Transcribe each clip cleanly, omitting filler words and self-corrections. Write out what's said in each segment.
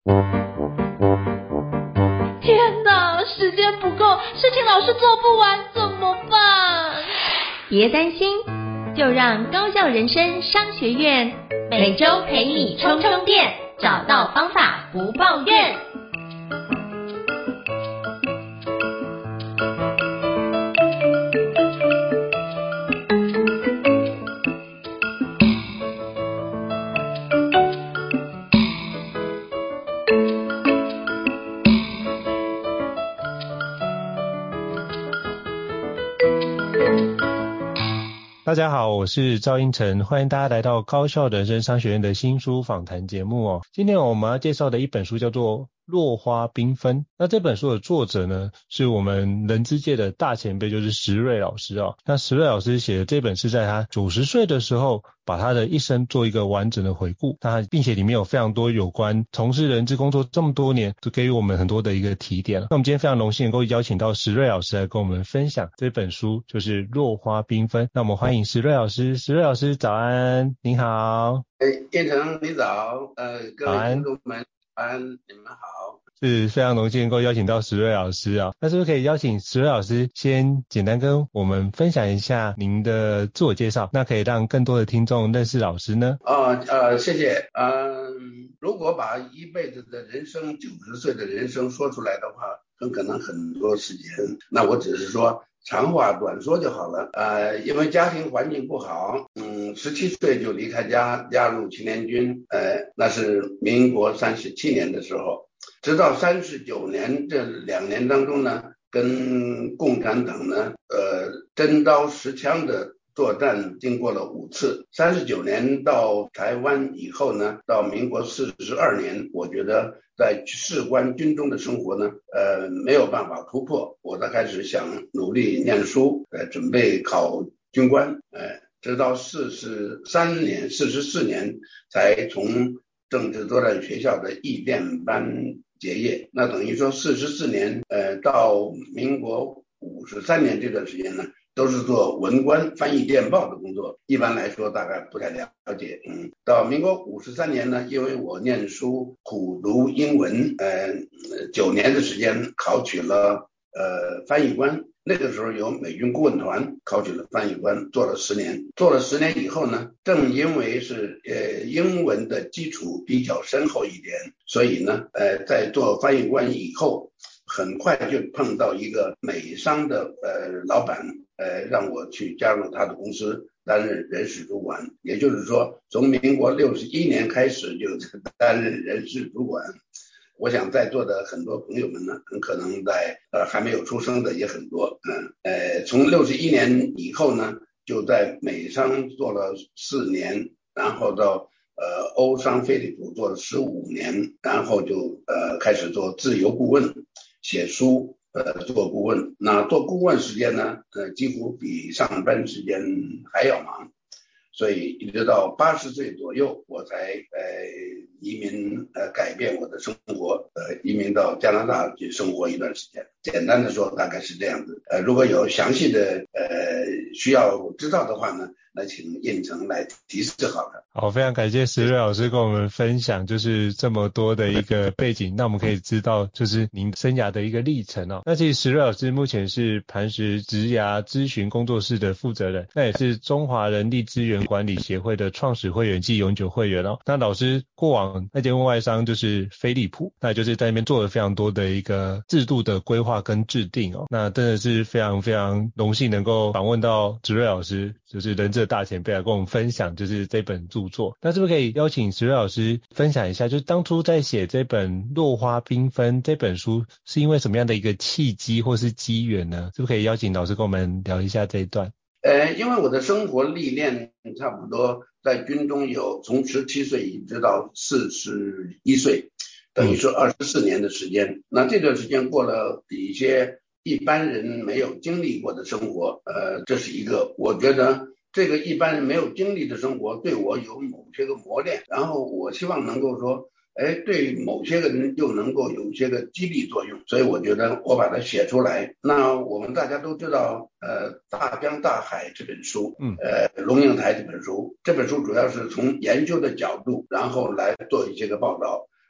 天哪，时间不够，事情老是做不完，怎么办？ 别担心，就让高效人生商学院每周陪你充充电，找到方法不抱怨。 大家好，我是赵英成，欢迎大家来到高效人生商学院的新书访谈节目哦。今天我们要介绍的一本书叫做《落花缤纷》，那这本书的作者呢，是我们人资界的大前辈，就是石瑞老师哦。那石瑞老师写的这本是在他90岁的时候，把他的一生做一个完整的回顾，并且里面有非常多有关从事人资工作这么多年，就给予我们很多的一个提点。那我们今天非常荣幸能够邀请到石瑞老师来跟我们分享这本书，就是《落花缤纷》。那我们欢迎石瑞老师。石瑞老师早安，您好。 燕成你早，各位听众们安，你们好。 是非常荣幸能够邀请到石瑞老师啊，那是不是可以邀请石瑞老师先简单跟我们分享一下您的自我介绍，那可以让更多的听众认识老师呢？ 谢谢。如果把一辈子的人生，90岁的人生说出来的话，很可能很多时间，那我只是说长话短说就好了。因为家庭环境不好，17岁就离开家，加入青年军，那是民国37年的时候，直到39年这2年当中呢，跟共产党呢，真刀实枪的作战经过了5次。39年到台湾以后呢，到民国42年，我觉得在士官军中的生活呢，没有办法突破，我才开始想努力念书，准备考军官，直到44年才从政治作战学校的义电班结业。那等于说44年，到民国53年这段时间呢，都是做文官翻译电报的工作，一般来说大概不太了解。到民国53年呢，因为我念书苦读英文，9年的时间考取了翻译官。那个时候有美军顾问团，考取了翻译官，做了10年。做了10年以后呢，正因为是英文的基础比较深厚一点，所以呢在做翻译官以后，很快就碰到一个美商的老板，让我去加入他的公司担任人事主管。也就是说，从民国61年开始就担任人事主管。我想在座的很多朋友们呢，很可能在还没有出生的也很多。从61年以后呢，就在美商做了4年，然后到欧商飞利浦做了15年，然后就开始做自由顾问，写书，做顾问。那做顾问时间呢，几乎比上班时间还要忙。所以一直到80岁左右，我才移民改变我的生活，移民到加拿大去生活一段时间。简单的说，大概是这样子。如果有详细的需要知道的话呢，那请燕成来提示好了。 好，非常感谢石瑞老师跟我们分享就是这么多的一个背景，那我们可以知道就是您生涯的一个历程哦。那其实石瑞老师目前是磐石职涯咨询工作室的负责人，那也是中华人力资源管理协会的创始会员暨永久会员哦。那老师过往那间外商就是飞利浦，那就是在那边做了非常多的一个制度的规划跟制定哦。那真的是非常非常荣幸能够访问到石瑞老师，就是人资的大前辈来跟我们分享就是这本著作。那是不是可以邀请石瑞老师分享一下，就是当初在写这本《落花缤纷》这本书是因为什么样的一个契机或是机缘呢？是不是可以邀请老师跟我们聊一下这一段？ 因为我的生活历练差不多在军中有从17岁一直到41岁，等于说24年的时间。那这段时间过了一些一般人没有经历过的生活，这是一个我觉得这个一般人没有经历的生活对我有某些个磨练，然后我希望能够说对某些个人又能够有一些个激励作用，所以我觉得我把它写出来。那我们大家都知道大江大海这本书，龙应台这本书主要是从研究的角度然后来做一些个报道。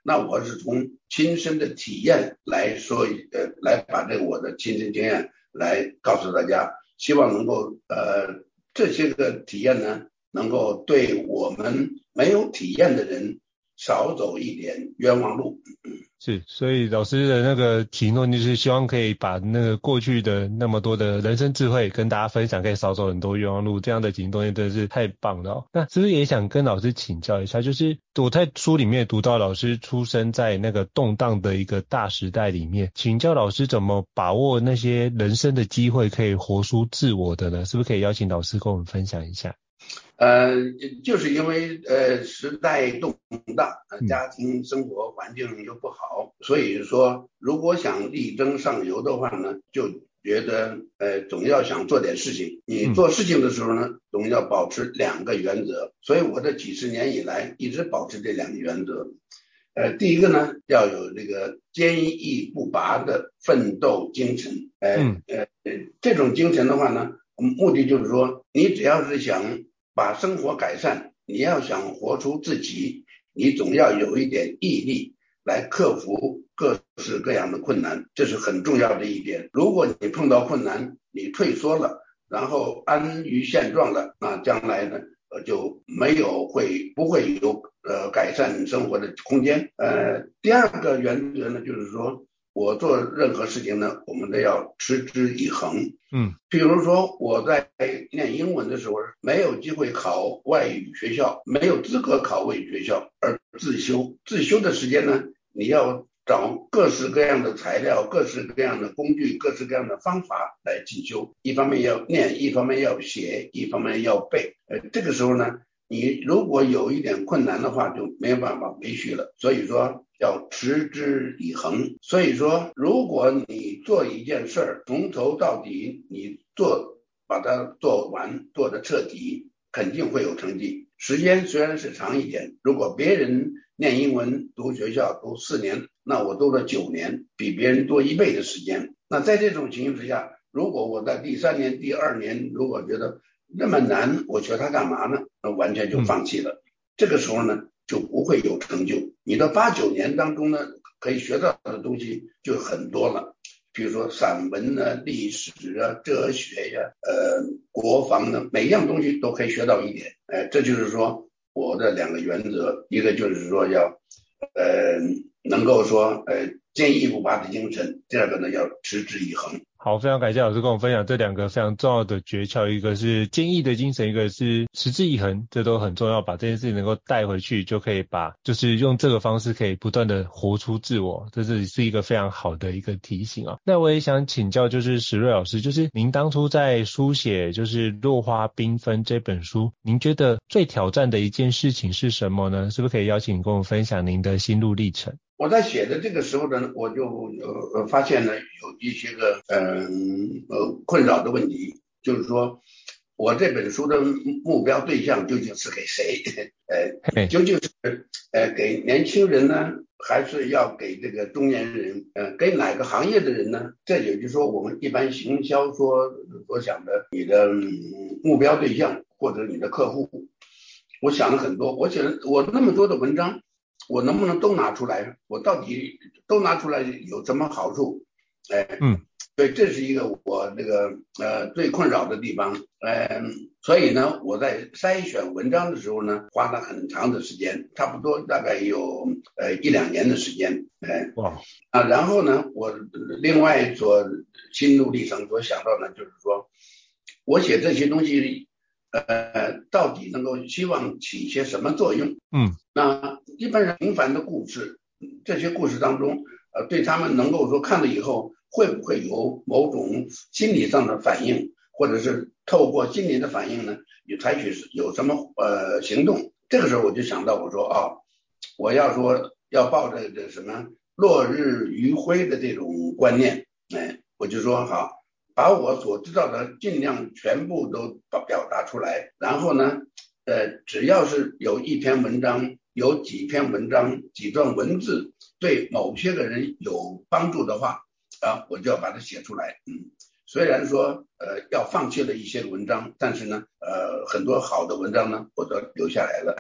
那我是从亲身的体验来说，来把这个我的亲身经验来告诉大家，希望能够这些个体验呢，能够对我们没有体验的人少走一点冤枉路。 是，所以老师的那个提诺就是希望可以把那个过去的那么多的人生智慧跟大家分享，可以少走很多冤枉路，这样的行动真的是太棒了哦。那是不是也想跟老师请教一下，就是我在书里面读到老师出生在那个动荡的一个大时代里面，请教老师怎么把握那些人生的机会可以活出自我的呢？是不是可以邀请老师跟我们分享一下？ 就是因为时代动荡，家庭生活环境又不好，所以说如果想力争上游的话呢，就觉得总要想做点事情。你做事情的时候呢，总要保持2个原则，所以我这几十年以来一直保持这2个原则。第一个呢，要有这个坚毅不拔的奋斗精神。这种精神的话呢，目的就是说，你只要是想把生活改善，你要想活出自己，你总要有一点毅力来克服各式各样的困难，这是很重要的一点。如果你碰到困难，你退缩了，然后安于现状了，那将来呢就不会有改善生活的空间。第2个原则呢，就是说我做任何事情呢，我们都要持之以恒。比如说我在念英文的时候，没有机会考外语学校，没有资格考外语学校，而自修。自修的时间呢，你要找各式各样的材料，各式各样的工具，各式各样的方法来进修。一方面要念，一方面要写，一方面要背。这个时候呢，你如果有一点困难的话，就没有办法维续了。所以说要持之以恒。所以说，如果你做一件事儿，从头到底你把它做完，做得彻底，肯定会有成绩。时间虽然是长一点，如果别人念英文读学校读4年，那我读了9年，比别人多1倍的时间。那在这种情形之下，如果我在第3年、第2年如果觉得那么难，我学它干嘛呢？那完全就放弃了。这个时候呢，就不会有成就。你的8、9年当中呢，可以学到的东西就很多了。比如说散文啊、历史啊、哲学呀、国防呢，每样东西都可以学到一点。这就是说我的2个原则，一个就是说要能够说坚毅不拔的精神，第2个呢要持之以恒。 好，非常感谢老师跟我分享这2个非常重要的诀窍，一个是坚毅的精神，一个是持之以恒，这都很重要，把这件事情能够带回去，就可以就是用这个方式可以不断的活出自我，这是一个非常好的一个提醒啊。那我也想请教就是石瑞老师，就是您当初在书写就是落花缤纷这本书，您觉得最挑战的一件事情是什么呢？是不是可以邀请你跟我们分享您的心路历程？ 我在写的这个时候呢，我就发现呢有一些个困扰的问题，就是说我这本书的目标对象究竟是给谁？究竟是给年轻人呢，还是要给这个中年人？给哪个行业的人呢？这也就是说我们一般行销所想的你的目标对象或者你的客户。我想了很多，我那么多的文章，我能不能都拿出来？我到底都拿出来有什么好处？对，这是一个我这个最困扰的地方。所以呢，我在筛选文章的时候呢，花了很长的时间，差不多大概有1、2年的时间。然后呢，我另外心路历程所想到呢，就是说我写这些东西到底能够希望起一些什么作用？那一般人平凡的故事，这些故事当中，对他们能够说看了以后，会不会有某种心理上的反应，或者是透过心理的反应呢，采取有什么行动？这个时候我就想到，我说我要抱着这什么落日余晖的这种观念，我就说好。把我所知道的尽量全部都表达出来，然后呢，只要是有一篇文章、有几篇文章、几段文字对某些个人有帮助的话，我就要把它写出来。虽然说要放弃了一些文章，但是呢，很多好的文章呢，我都留下来了。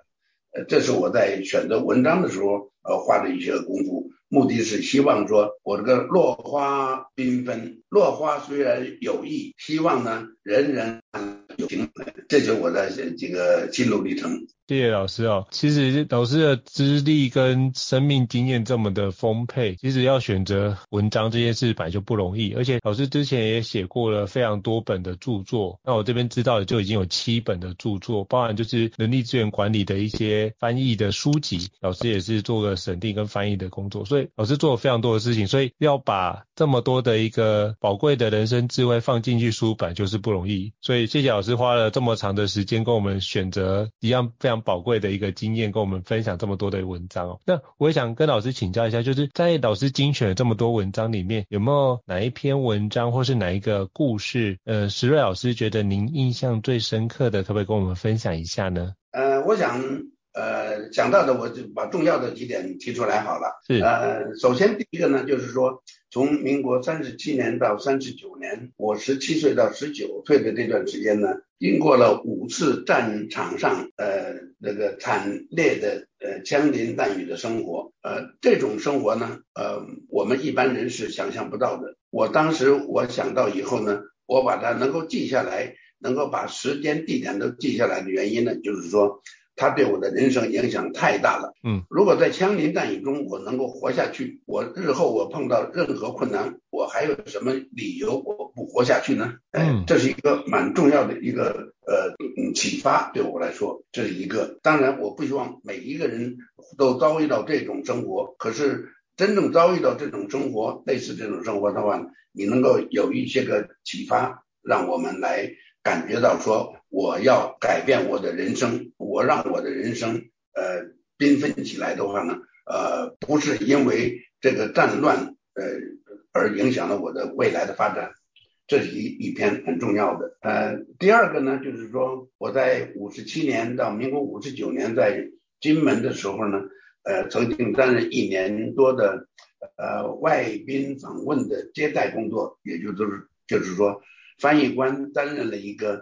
这是我在选择文章的时候花的一些功夫，目的是希望说我这个落花缤纷，落花虽然有意，希望呢人人有情，这就是我的这个心路历程。 谢谢老师哦。其实老师的资历跟生命经验这么的丰沛，其实要选择文章这件事本来就不容易，而且老师之前也写过了非常多本的著作，那我这边知道的就已经有7本的著作，包含就是人力资源管理的一些翻译的书籍，老师也是做了审定跟翻译的工作，所以老师做了非常多的事情，所以要把这么多的一个宝贵的人生智慧放进去书本就是不容易，所以谢谢老师花了这么长的时间跟我们选择一样非常宝贵的一个经验，跟我们分享这么多的文章哦。那我也想跟老师请教一下，就是在老师精选的这么多文章里面，有没有哪一篇文章或是哪一个故事，石瑞老师觉得您印象最深刻的，可不可以跟我们分享一下呢？ 我想讲到的我就把重要的几点提出来好了。 是。 首先第一个呢，就是说从民国37年到39年，我17岁到19岁的这段时间呢，经过了5次战场上那个惨烈的枪林弹雨的生活。这种生活呢我们一般人是想象不到的。当时我想到以后呢，我把它能够记下来，能够把时间地点都记下来的原因呢，就是说它对我的人生影响太大了。如果在枪林弹雨中我能够活下去，日后我碰到任何困难，我还有什么理由我不活下去呢？这是一个蛮重要的一个启发，对我来说这是一个。当然我不希望每一个人都遭遇到这种生活，可是真正遭遇到这种生活，类似这种生活的话，你能够有一些个启发，让我们来感觉到说我要改变我的人生，我让我的人生缤纷起来的话呢，不是因为这个战乱而影响了我的未来的发展，这是一篇很重要的。第二个呢，就是说我在57年到民国59年在金门的时候呢，曾经担任1年多的外宾访问的接待工作，也就是说翻译官担任了一个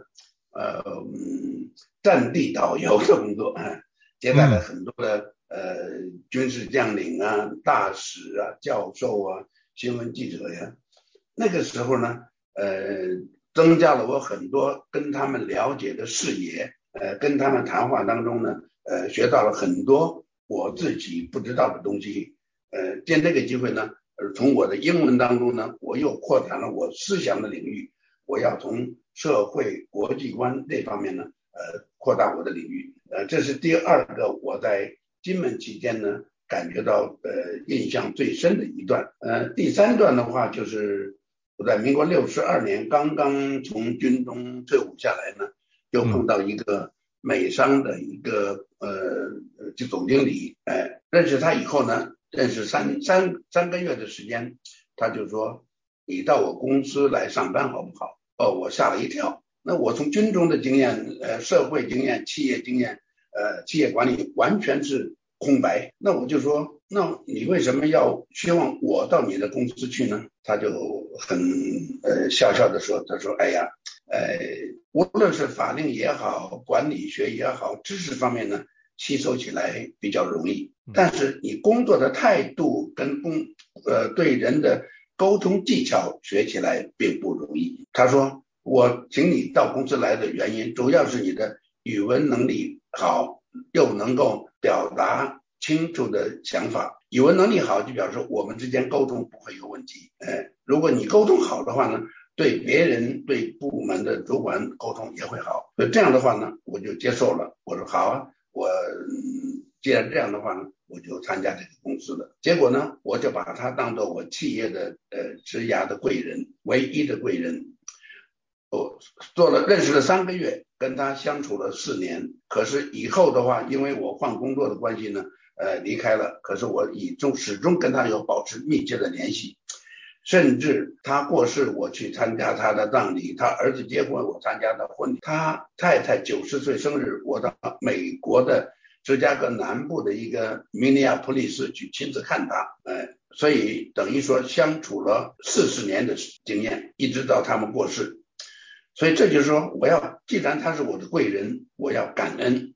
战地导游的工作，接待了很多的军事将领啊、大使啊、教授啊、新闻记者呀。那个时候呢增加了我很多跟他们了解的视野，跟他们谈话当中呢学到了很多我自己不知道的东西。借这个机会呢，从我的英文当中呢，我又扩展了我思想的领域，我要从社会国际观这方面呢扩大我的领域。这是第二个我在金门期间呢感觉到印象最深的一段。第三段的话，就是我在民国62年刚刚从军中退伍下来呢，又碰到一个美商的一个总经理，认识他以后呢，认识三个月的时间，他就说你到我公司来上班好不好？我吓了一跳。那我从军中的经验社会经验、企业经验企业管理完全是空白。那我就说，那你为什么要希望我到你的公司去呢？他就很笑笑的说，他说哎呀无论是法令也好，管理学也好，知识方面呢吸收起来比较容易，但是你工作的态度跟对人的沟通技巧学起来并不容易。他说我请你到公司来的原因主要是你的语文能力好，又能够表达清楚的想法。语文能力好就表示我们之间沟通不会有问题。如果你沟通好的话呢，对别人对部门的主管沟通也会好。所以这样的话呢，我就接受了。我说好啊，我既然这样的话呢，我就参加这个公司了。结果呢，我就把他当做我企业的职涯的贵人，唯一的贵人。我认识了3个月，跟他相处了4年。可是以后的话，因为我换工作的关系呢离开了，可是我始终跟他有保持密切的联系。甚至他过世我去参加他的葬礼，他儿子结婚我参加他婚礼，他太太90岁生日我到美国的芝加哥南部的一个明尼亚普利斯去亲自看他。所以等于说相处了40年的经验，一直到他们过世。所以这就是说既然他是我的贵人，我要感恩。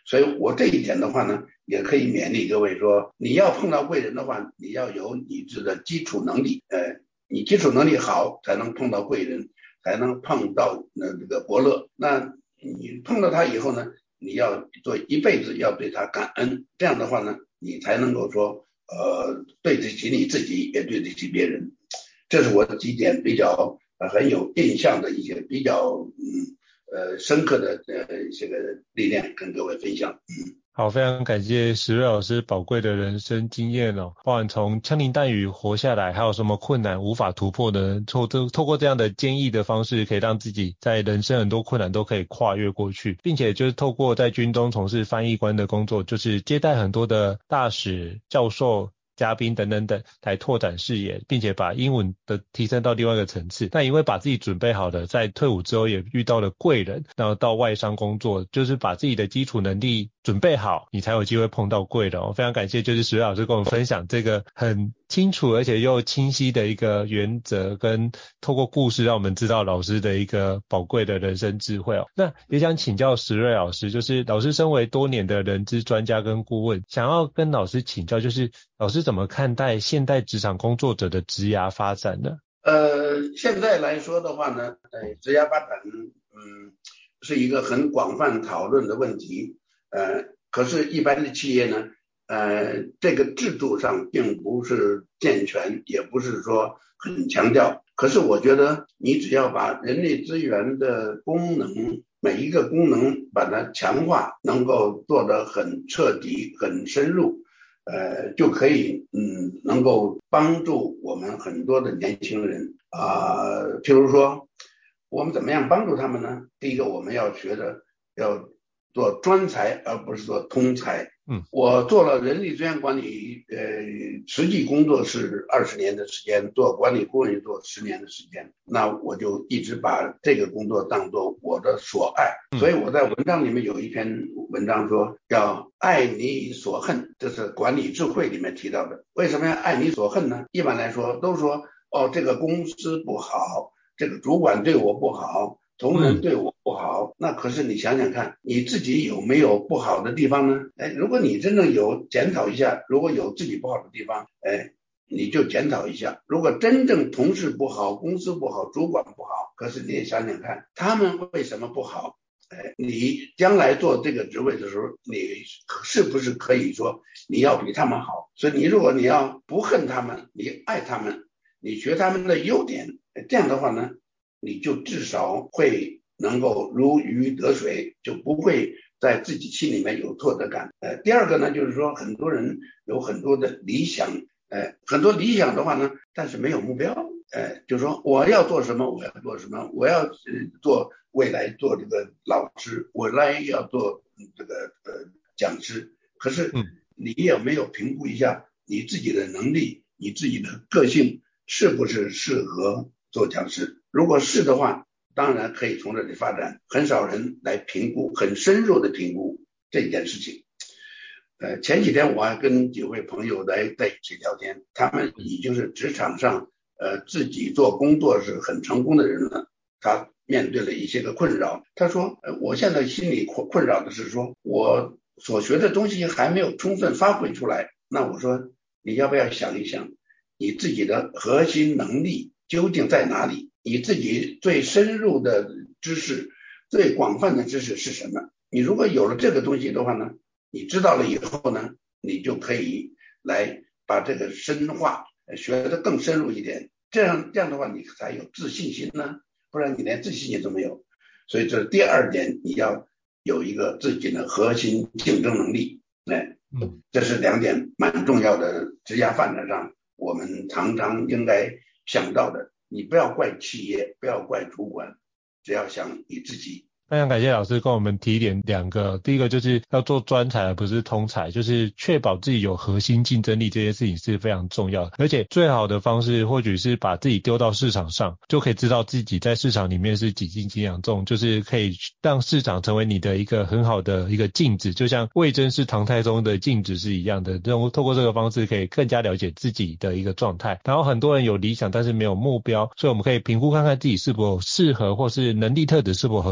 所以我这一点的话呢，也可以勉励各位说，你要碰到贵人的话，你要有你的基础能力，你基础能力好，才能碰到贵人，才能碰到这个伯乐。那你碰到他以后呢，你要做一辈子要对他感恩，这样的话呢，你才能够说对得起你自己，也对得起别人。这是我的几点比较很有印象的一些比较深刻的这个历练跟各位分享。 好，非常感谢石瑞老师宝贵的人生经验哦，包含从枪林弹雨活下来，还有什么困难无法突破的，透过这样的坚毅的方式，可以让自己在人生很多困难都可以跨越过去，并且就是透过在军中从事翻译官的工作，就是接待很多的大使、教授、嘉宾等等等来拓展视野，并且把英文的提升到另外一个层次。那因为把自己准备好了，在退伍之后也遇到了贵人，然后到外商工作，就是把自己的基础能力准备好，你才有机会碰到贵人哦。非常感谢就是石老师跟我们分享这个很清楚而且又清晰的一个原则，跟透过故事让我们知道老师的一个宝贵的人生智慧哦。那也想请教石瑞老师，就是老师身为多年的人资专家跟顾问，想要跟老师请教，就是老师怎么看待现代职场工作者的职涯发展呢？ 现在来说的话呢，职业发展，是一个很广泛讨论的问题。可是，一般的企业呢，这个制度上并不是健全，也不是说很强调。可是，我觉得你只要把人力资源的功能，每一个功能把它强化，能够做得很彻底、很深入。就可以能够帮助我们很多的年轻人譬如说我们怎么样帮助他们呢？第一个，我们要学着要做专才，而不是做通才。我做了人力资源管理，实际工作是20年的时间，做管理顾问也做10年的时间，那我就一直把这个工作当作我的所爱。所以我在文章里面有一篇文章说要爱你所恨，这是管理智慧里面提到的。为什么要爱你所恨呢？一般来说都说这个公司不好，这个主管对我不好，同仁对我不好，那可是你想想看，你自己有没有不好的地方呢？如果你真正有检讨一下，如果有自己不好的地方，你就检讨一下。如果真正同事不好，公司不好，主管不好，可是你也想想看，他们为什么不好？你将来做这个职位的时候，你是不是可以说你要比他们好？所以如果你要不恨他们，你爱他们，你学他们的优点，这样的话呢，你就至少会能够如鱼得水，就不会在自己心里面有挫折感。第二个呢，就是说很多人有很多的理想，很多理想的话呢，但是没有目标。就是说我要做什么，我要做什么，我要做未来做这个老师，我来要做这个讲师。可是你有没有评估一下你自己的能力，你自己的个性是不是适合做讲师？如果是的话，当然可以从这里发展。很少人来评估，很深入的评估这件事情。前几天我还跟几位朋友在一起聊天，他们已经是职场上自己做工作是很成功的人了，他面对了一些个困扰。他说我现在心里困扰的是说我所学的东西还没有充分发挥出来。那我说你要不要想一想你自己的核心能力究竟在哪里？你自己最深入的知识，最广泛的知识是什么？你如果有了这个东西的话呢，你知道了以后呢，你就可以来把这个深化，学得更深入一点。这样的话你才有自信心呢，不然你连自信心都没有。所以这是第二点，你要有一个自己的核心竞争能力。这是2点蛮重要的职业发展上我们常常应该想到的。你不要怪企业，不要怪主管，只要想你自己。 非常感谢老师跟我们提点2个，第一个就是要做专才而不是通才，就是确保自己有核心竞争力，这件事情是非常重要的。而且最好的方式或许是把自己丢到市场上，就可以知道自己在市场里面是几斤几两重，就是可以让市场成为你的一个很好的一个镜子，就像魏征是唐太宗的镜子是一样的。透过这个方式可以更加了解自己的一个状态。然后很多人有理想但是没有目标，所以我们可以评估看看自己是否适合或是能力特质是否合适这个工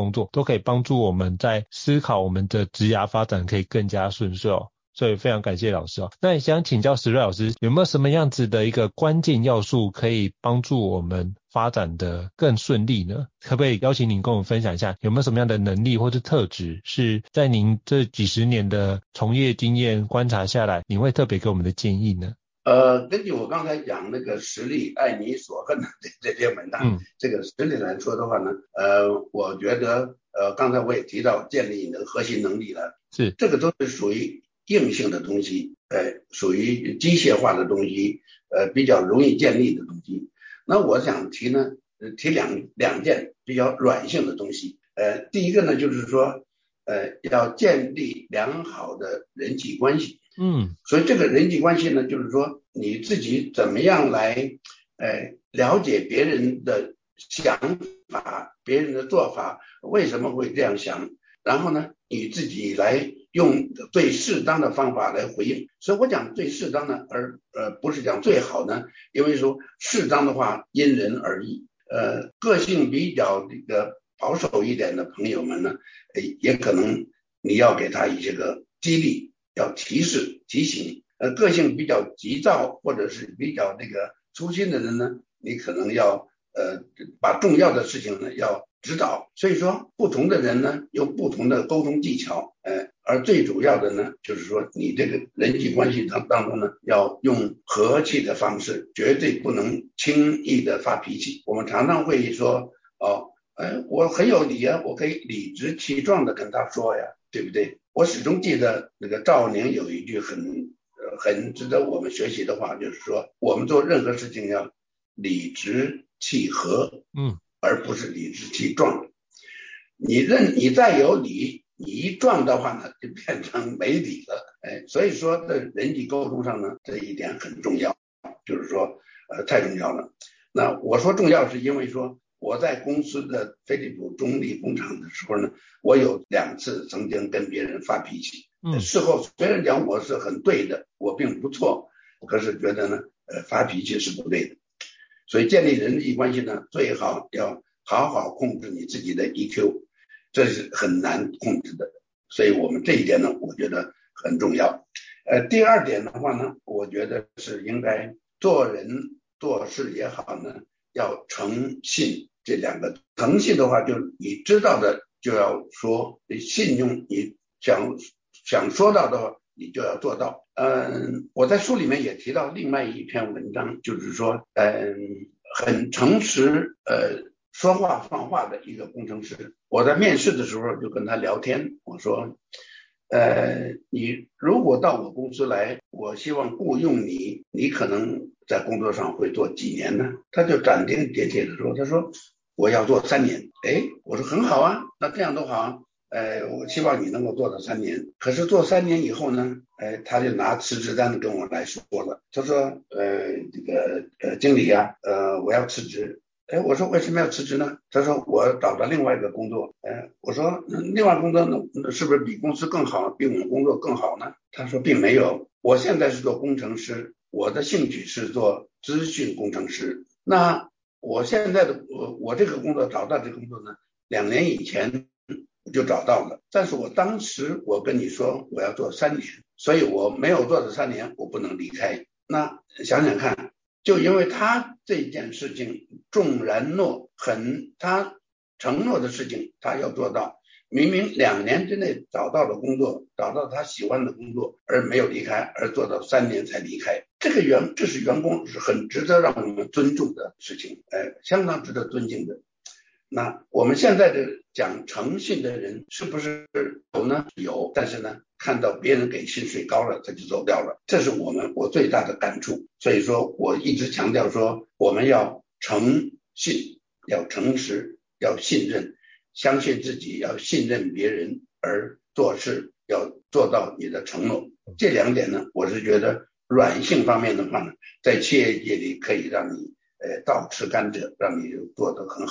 工作，都可以帮助我们在思考我们的职涯发展可以更加顺遂哦。所以非常感谢老师哦。那也想请教石瑞老师，有没有什么样子的一个关键要素可以帮助我们发展的更顺利呢？可不可以邀请您跟我们分享一下，有没有什么样的能力或是特质是在您这几十年的从业经验观察下来，您会特别给我们的建议呢？ 根据我刚才讲那个实力爱你所恨的这篇文章，这个实力来说的话呢，我觉得刚才我也提到建立你的核心能力了，是这个都是属于硬性的东西，属于机械化的东西，比较容易建立的东西。那我想提两件比较软性的东西。第一个呢，就是说要建立良好的人际关系。所以这个人际关系呢，就是说你自己怎么样来了解别人的想法，别人的做法为什么会这样想，然后呢你自己来用最适当的方法来回应。所以我讲最适当的，而不是讲最好呢，因为说适当的话因人而异。个性比较这个保守一点的朋友们呢，也可能你要给他一些个激励，要提示提醒。个性比较急躁或者是比较这个粗心的人呢，你可能要把重要的事情呢要指导。所以说不同的人呢有不同的沟通技巧，而最主要的呢就是说你这个人际关系当中呢要用和气的方式，绝对不能轻易的发脾气。我们常常会说我很有理啊，我可以理直气壮的跟他说呀，对不对？我始终记得那个赵宁有一句很值得我们学习的话，就是说我们做任何事情要理直气和，而不是理直气壮。你再有理，你一壮的话呢，就变成没理了。所以说在人际沟通上呢，这一点很重要，就是说太重要了。那我说重要是因为说我在公司的飞利浦中立工厂的时候呢，我有2次曾经跟别人发脾气。事后虽然讲我是很对的，我并不错，可是觉得呢发脾气是不对的。所以建立人际关系呢，最好要好好控制你自己的 EQ， 这是很难控制的。所以我们这一点呢，我觉得很重要。第二点的话呢，我觉得是应该做人做事也好呢，要诚信。这2个诚信的话，就你知道的就要说，你信用你想说到的话，你就要做到。我在书里面也提到另外一篇文章，就是说很诚实说话放话的一个工程师。我在面试的时候就跟他聊天，我说你如果到我公司来，我希望雇佣你，你可能在工作上会做几年呢？他就斩钉截铁的说，他说我要做3年。我说很好啊，那这样都好。我希望你能够做到3年。可是做3年以后呢，他就拿辞职单跟我来说了。他说这个经理啊，我要辞职。我说为什么要辞职呢？他说我找到另外一个工作。我说另外工作呢是不是比公司更好，比我们工作更好呢？他说并没有，我现在是做工程师，我的兴趣是做资讯工程师。那我现在的我这个工作找到这个工作呢，2年以前就找到了，但是我当时我跟你说我要做3年，所以我没有做这3年，我不能离开。那想想看，就因为他这件事情重然诺，他承诺的事情他要做到，明明2年之内找到了工作，找到他喜欢的工作，而没有离开，而做到3年才离开。这是员工是很值得让我们尊重的事情，相当值得尊敬的。那我们现在的讲诚信的人是不是有呢？有，但是呢，看到别人给薪水高了，他就走掉了，这是我最大的感触。所以说我一直强调说，我们要诚信，要诚实，要信任，相信自己，要信任别人，而做事要做到你的承诺。这2点呢，我是觉得软性方面的话呢，在企业界里可以让你倒吃甘蔗，让你做得很好。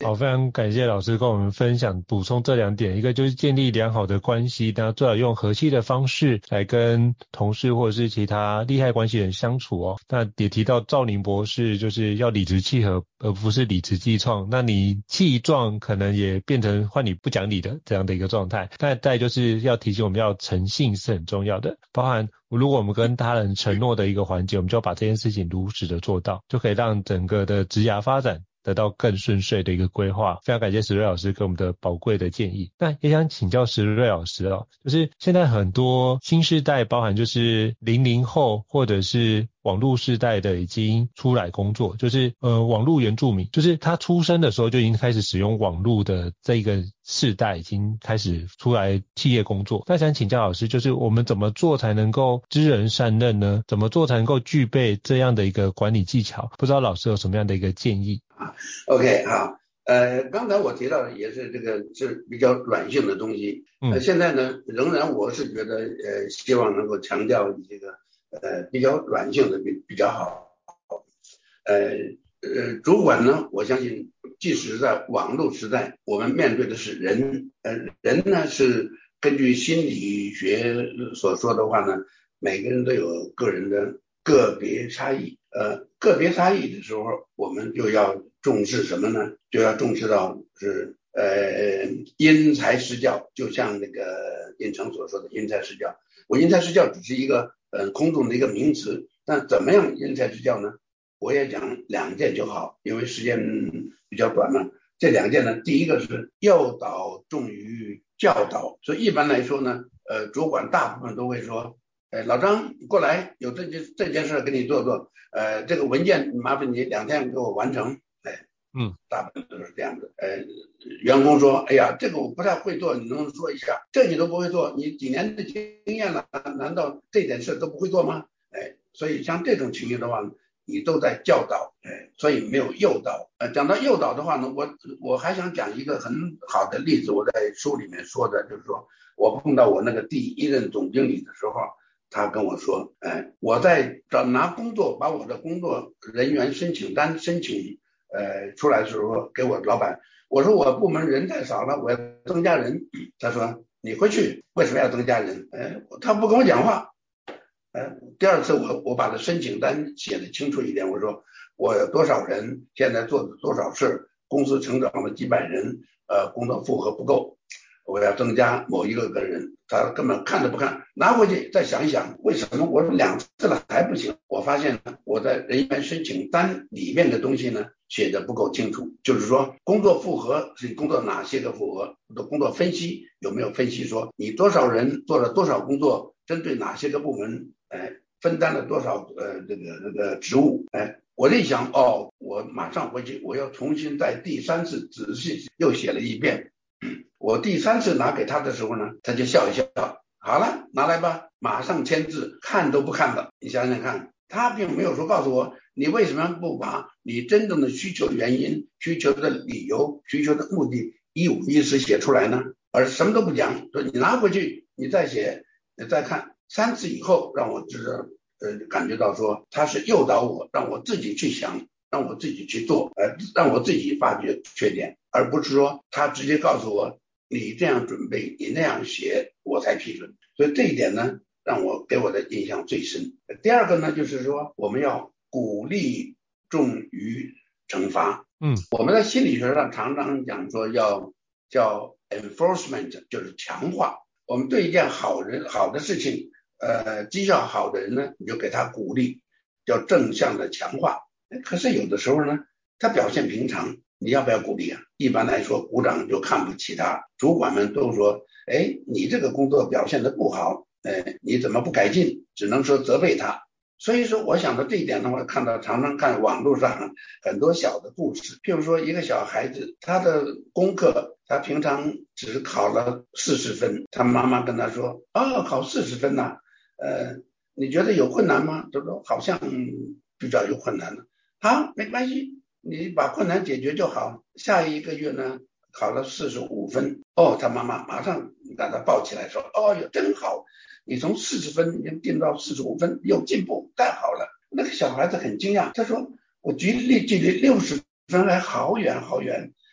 好，非常感谢老师跟我们分享补充这2点，一个就是建立良好的关系，那最好用和气的方式来跟同事或者是其他利害关系人相处哦。那也提到兆宁博士就是要理直气和，而不是理直气壮，那你气壮可能也变成换你不讲理的这样的一个状态。那再就是要提醒我们要诚信是很重要的，包含如果我们跟他人承诺的一个环节，我们就要把这件事情如实的做到，就可以让整个的职涯发展得到更顺遂的一个规划。非常感谢石瑞老师给我们的宝贵的建议。那也想请教石瑞老师哦，就是现在很多新世代，包含就是00后或者是网络世代的已经出来工作，就是网络原住民，就是他出生的时候就已经开始使用网络的这个世代已经开始出来企业工作。那想请教老师，就是我们怎么做才能够知人善任呢？怎么做才能够具备这样的一个管理技巧？不知道老师有什么样的一个建议 ？OK， 好，刚才我提到的也是这个是比较软性的东西，现在呢，仍然我是觉得希望能够强调这个比较软性的比较好。主管呢，我相信即使在网络时代，我们面对的是人，人呢是根据心理学所说的话呢，每个人都有个人的个别差异，个别差异的时候，我们就要重视什么呢？就要重视到是因材施教，就像那个尹成所说的因材施教。我因材施教只是一个空洞的一个名词，但怎么样因材施教呢？我也讲2件就好，因为时间比较短嘛。这2件呢，第一个是诱导重于教导，所以一般来说呢，主管大部分都会说，老张过来，有这件事给你做做，这个文件麻烦你2天给我完成，大部分都是这样的。员工说，哎呀，这个我不太会做，你能不能说一下？这你都不会做，你几年的经验了，难道这点事都不会做吗？所以像这种情形的话，你都在教导，所以没有诱导。讲到诱导的话呢，我还想讲一个很好的例子，我在书里面说的，就是说我碰到我那个第1任总经理的时候，他跟我说，我在拿工作，把我的工作人员申请单申请出来的时候，给我老板，我说我部门人太少了，我要增加人。他说你回去为什么要增加人？他不跟我讲话。第2次我把他申请单写得清楚一点，我说我有多少人，现在做多少事，公司成长了几百人，工作负荷不够，我要增加某一个人，他根本看都不看，拿回去再想一想，为什么我2次了还不行？我发现我在人员申请单里面的东西呢写得不够清楚，就是说工作负荷是工作哪些个负荷的工作分析，有没有分析说你多少人做了多少工作，针对哪些个部门分担了多少这个职务。我一想，我马上回去，我要重新在第3次仔细又写了一遍。我第3次拿给他的时候呢，他就笑一笑，好了，拿来吧，马上签字，看都不看了。你想想看，他并没有说告诉我你为什么不把你真正的需求原因、需求的理由、需求的目的一五一十写出来呢，而什么都不讲，说你拿回去你再写，你再看。3次以后让我知道感觉到说他是诱导我，让我自己去想，让我自己去做，让我自己发觉缺点，而不是说他直接告诉我你这样准备，你那样写我才批准。所以这一点呢让我给我的印象最深。第2个呢就是说我们要鼓励重于惩罚。我们在心理学上常常讲说叫 enforcement， 就是强化。我们对一件好的事情绩效好的人呢，你就给他鼓励，叫正向的强化。可是有的时候呢他表现平常，你要不要鼓励啊？一般来说鼓掌就看不起他，主管们都说你这个工作表现得不好，你怎么不改进，只能说责备他。所以说我想到这一点的话，常常看网络上很多小的故事，譬如说一个小孩子，他的功课他平常只考了40分，他妈妈跟他说考40分啊，你觉得有困难吗？他说好像比较有困难了。好，没关系，你把困难解决就好。下一个月呢考了45分，他妈妈马上把他抱起来说哟真好，你从40分已经进到45分，有进步，太好了。那个小孩子很惊讶，他说我距离60分还好远好远，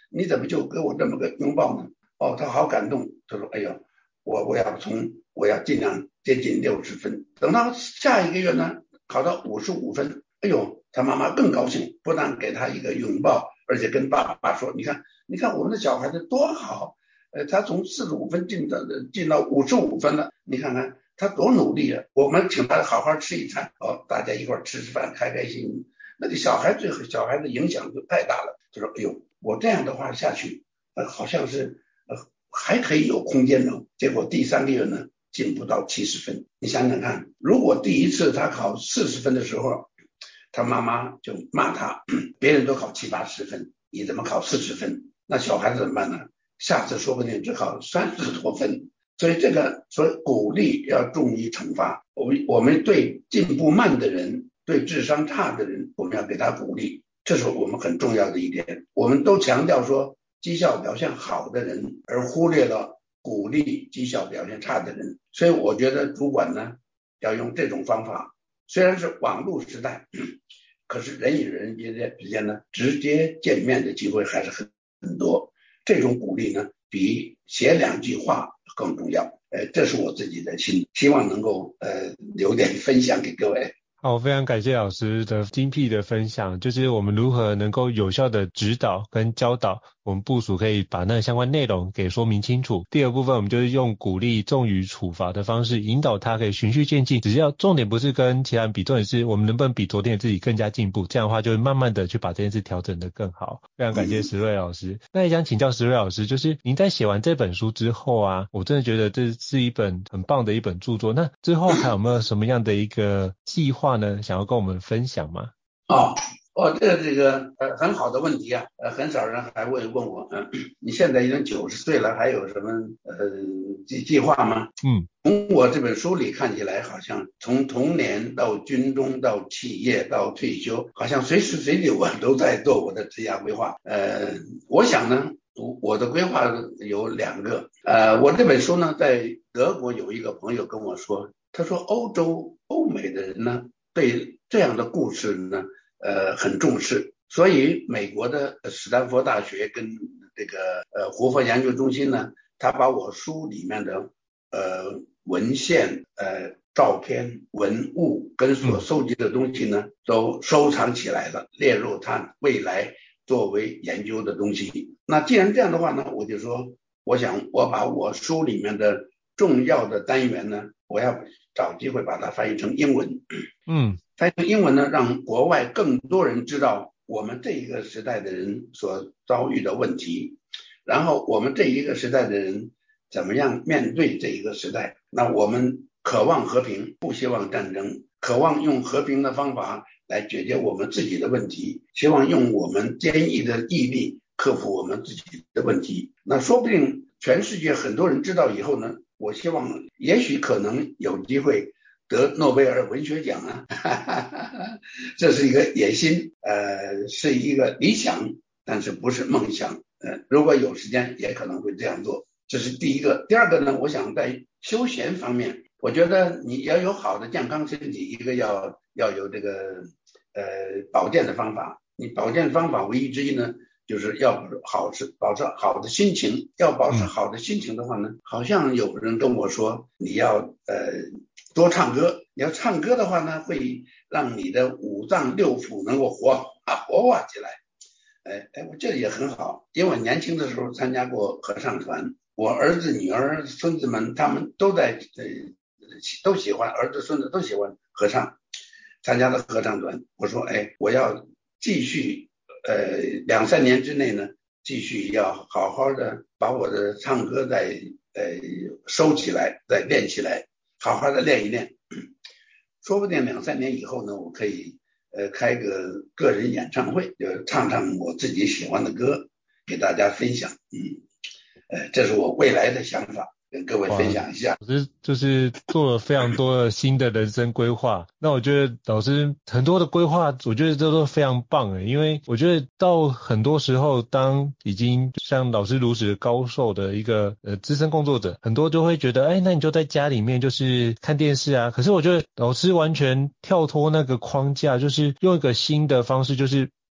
你怎么就给我这么个拥抱呢？哦，他好感动，他说哎呦，我要尽量接近60分。等到下一个月呢，考到55分，哎呦，他妈妈更高兴，不但给他一个拥抱，而且跟爸爸说，你看我们的小孩子多好，他从45分进到55分了，你看看他多努力啊！我们请他好好吃一餐，大家一块吃饭，开开心心。那个小孩子影响就太大了，就说哎呦，我这样的话下去，好像是还可以有空间呢。结果第3个月呢，进不到70分。你想想看，如果第一次他考40分的时候，他妈妈就骂他，别人都考70、80分，你怎么考40分？那小孩子怎么办呢？下次说不定只考30多分。所以鼓励要重于惩罚。我们对进步慢的人，对智商差的人，我们要给他鼓励，这是我们很重要的一点。我们都强调说绩效表现好的人，而忽略了鼓励绩效表现差的人。所以我觉得主管呢要用这种方法，虽然是网络时代，可是人与人之间呢直接见面的机会还是很多。这种鼓励呢比写2句话更重要。这是我自己的心，希望能够留点分享给各位。 好，非常感谢老师的精辟的分享，就是我们如何能够有效的指导跟教导我们部属，可以把那个相关内容给说明清楚。第二部分我们就是用鼓励重于处罚的方式引导他可以循序渐进，只要重点不是跟其他人比，重点是我们能不能比昨天的自己更加进步，这样的话就会慢慢的去把这件事调整得更好。非常感谢石瑞老师。那也想请教石瑞老师，就是您在写完这本书之后啊，我真的觉得这是一本很棒的一本著作，那之后还有没有什么样的一个计划呢，想要跟我们分享吗？ 这个很好的问题啊，很少人还会问我，你现在已经90岁了，还有什么计划吗？从我这本书里看起来，好像从童年到军中到企业到退休，好像随时随地我都在做我的职业规划。我想呢，我的规划有2个。我这本书呢，在德国有一个朋友跟我说，他说欧美的人呢，对这样的故事呢很重视，所以美国的史丹佛大学跟这个胡佛研究中心呢，他把我书里面的文献、照片、文物跟所收集的东西呢，都收藏起来了，列入他未来作为研究的东西。那既然这样的话呢，我就说，我想我把我书里面的重要的单元呢，我要找机会把它翻译成英文。翻译成英文呢，让国外更多人知道我们这一个时代的人所遭遇的问题，然后我们这一个时代的人怎么样面对这一个时代。那我们渴望和平，不希望战争，渴望用和平的方法来解决我们自己的问题，希望用我们坚毅的毅力克服我们自己的问题。那说不定全世界很多人知道以后呢，我希望也许可能有机会得诺贝尔文学奖啊，这是一个野心，是一个理想，但是不是梦想。如果有时间也可能会这样做，这是第一个。第二个呢，我想在休闲方面，我觉得你要有好的健康身体，一个要有这个保健的方法。你保健方法唯一之一呢，就是要保持好的心情。要保持好的心情的话呢，好像有人跟我说，你要多唱歌。你要唱歌的话呢，会让你的5脏6腑能够活化起来。我这也很好，因为我年轻的时候参加过合唱团，我儿子、女儿、孙子们他们都都喜欢，儿子、孙子都喜欢合唱，参加了合唱团。我说，我要继续2、3年之内呢，继续要好好的把我的唱歌再收起来，再练起来，好好的练一练。说不定2、3年以后呢，我可以开个个人演唱会，就唱唱我自己喜欢的歌给大家分享。这是我未来的想法，跟各位分享一下。 老师就是做了非常多的新的人生规划，那我觉得老师很多的规划，我觉得这都非常棒因为我觉得到很多时候，当已经像老师如此高寿的一个资深工作者，很多就会觉得，那你就在家里面就是看电视啊。可是我觉得老师完全跳脱那个框架，就是用一个新的方式，就是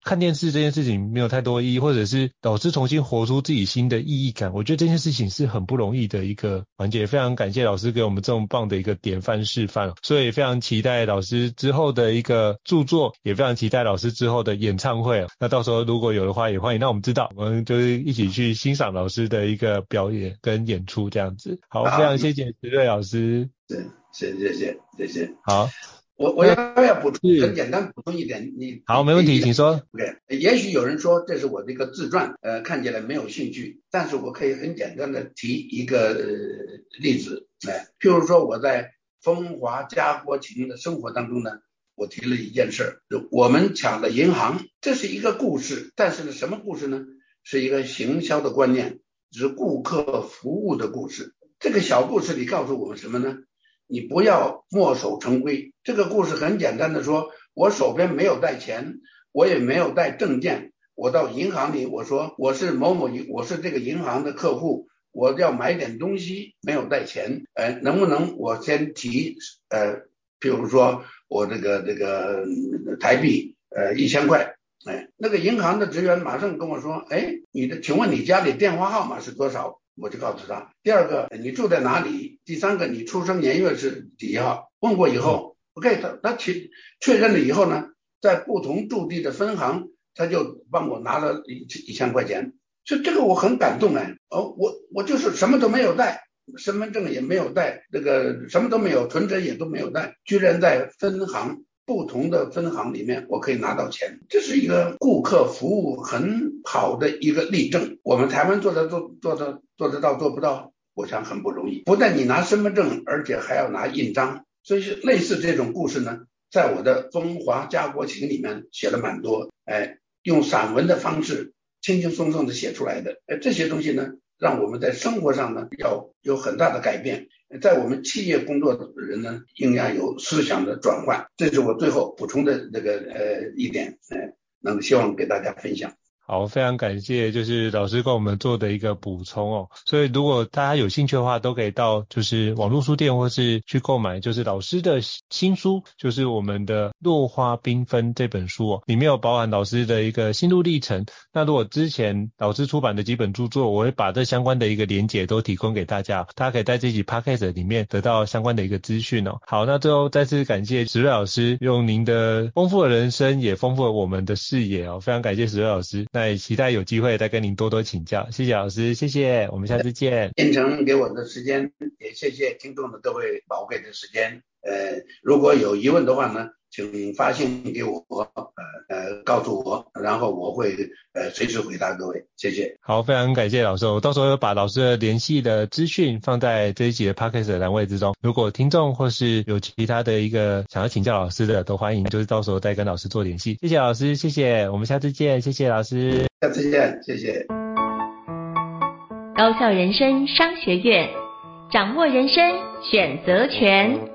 看电视这件事情没有太多意义，或者是老师重新活出自己新的意义感，我觉得这件事情是很不容易的一个环节。非常感谢老师给我们这么棒的一个典范示范，所以非常期待老师之后的一个著作，也非常期待老师之后的演唱会。那到时候如果有的话，也欢迎让我们知道，我们就是一起去欣赏老师的一个表演跟演出这样子。好，非常谢谢石瑞老师。 谢谢。 好， 我要补充，很简单补充一点， 好，没问题，请说。 OK， 也许有人说这是我的一个自传，看起来没有兴趣，但是我可以很简单的提一个例子，譬如说我在风华家国情的生活当中呢，我提了一件事，我们抢了银行，这是一个故事，但是呢，什么故事呢？是一个行销的观念，是顾客服务的故事。这个小故事里告诉我们什么呢？你不要墨守成规。这个故事很简单的说，我手边没有带钱，我也没有带证件，我到银行里，我说我是某某，我是这个银行的客户，我要买点东西，没有带钱，能不能我先提比如说我这个台币1000块，那个银行的职员马上跟我说，请问你家里电话号码是多少？我就告诉他。第二个，你住在哪里？第三个，你出生年月是几号？问过以后，OK， 他确认了以后呢，在不同驻地的分行，他就帮我拿了1000块钱。所以这个我很感动我就是什么都没有带，身份证也没有带，这个什么都没有，存折也都没有带，居然在不同的分行里面我可以拿到钱，这是一个顾客服务很好的一个例证。我们台湾做得到做不到，我想很不容易，不但你拿身份证，而且还要拿印章。所以是类似这种故事呢，在我的风华家国情里面写了蛮多，用散文的方式轻轻松松的写出来的，这些东西呢，让我们在生活上呢要有很大的改变，在我们企业工作的人呢，应该有思想的转换。这是我最后补充的这个一点，那么希望给大家分享。 好，非常感谢就是老师跟我们做的一个补充所以如果大家有兴趣的话，都可以到就是网络书店或是去购买就是老师的新书，就是我们的落花缤纷这本书里面有包含老师的一个心路历程。那如果之前老师出版的几本著作，我会把这相关的一个连结都提供给大家，大家可以在这集 Podcast 里面得到相关的一个资讯好，那最后再次感谢石瑞老师用您的丰富的人生也丰富了我们的视野非常感谢石瑞老师。那也期待有机会再跟您多多请教，谢谢老师，谢谢，我们下次见。 建成给我的时间，也谢谢听众的各位宝贵的时间。如果有疑问的话呢，请发信给我，告诉我，然后我会随时回答各位，谢谢。 好，非常感谢老师，我到时候把老师的联系的资讯放在这一集的 Podcast 的栏位之中。如果听众或是有其他的一个想要请教老师的，都欢迎就是到时候再跟老师做联系。谢谢老师，谢谢，我们下次见，谢谢老师， 下次见，谢谢。 高效人生商学院，掌握人生选择权。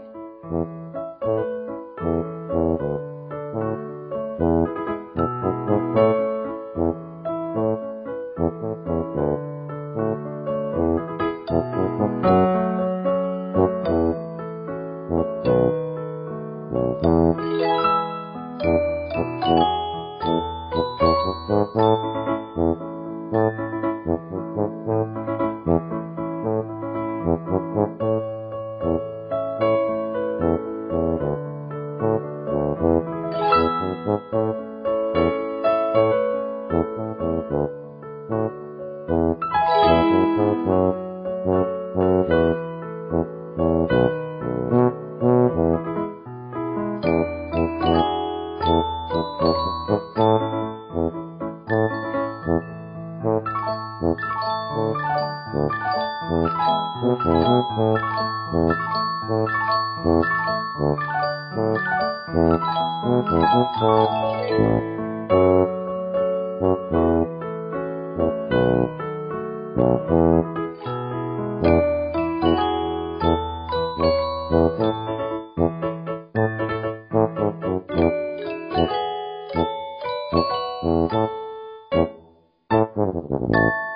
Thank you.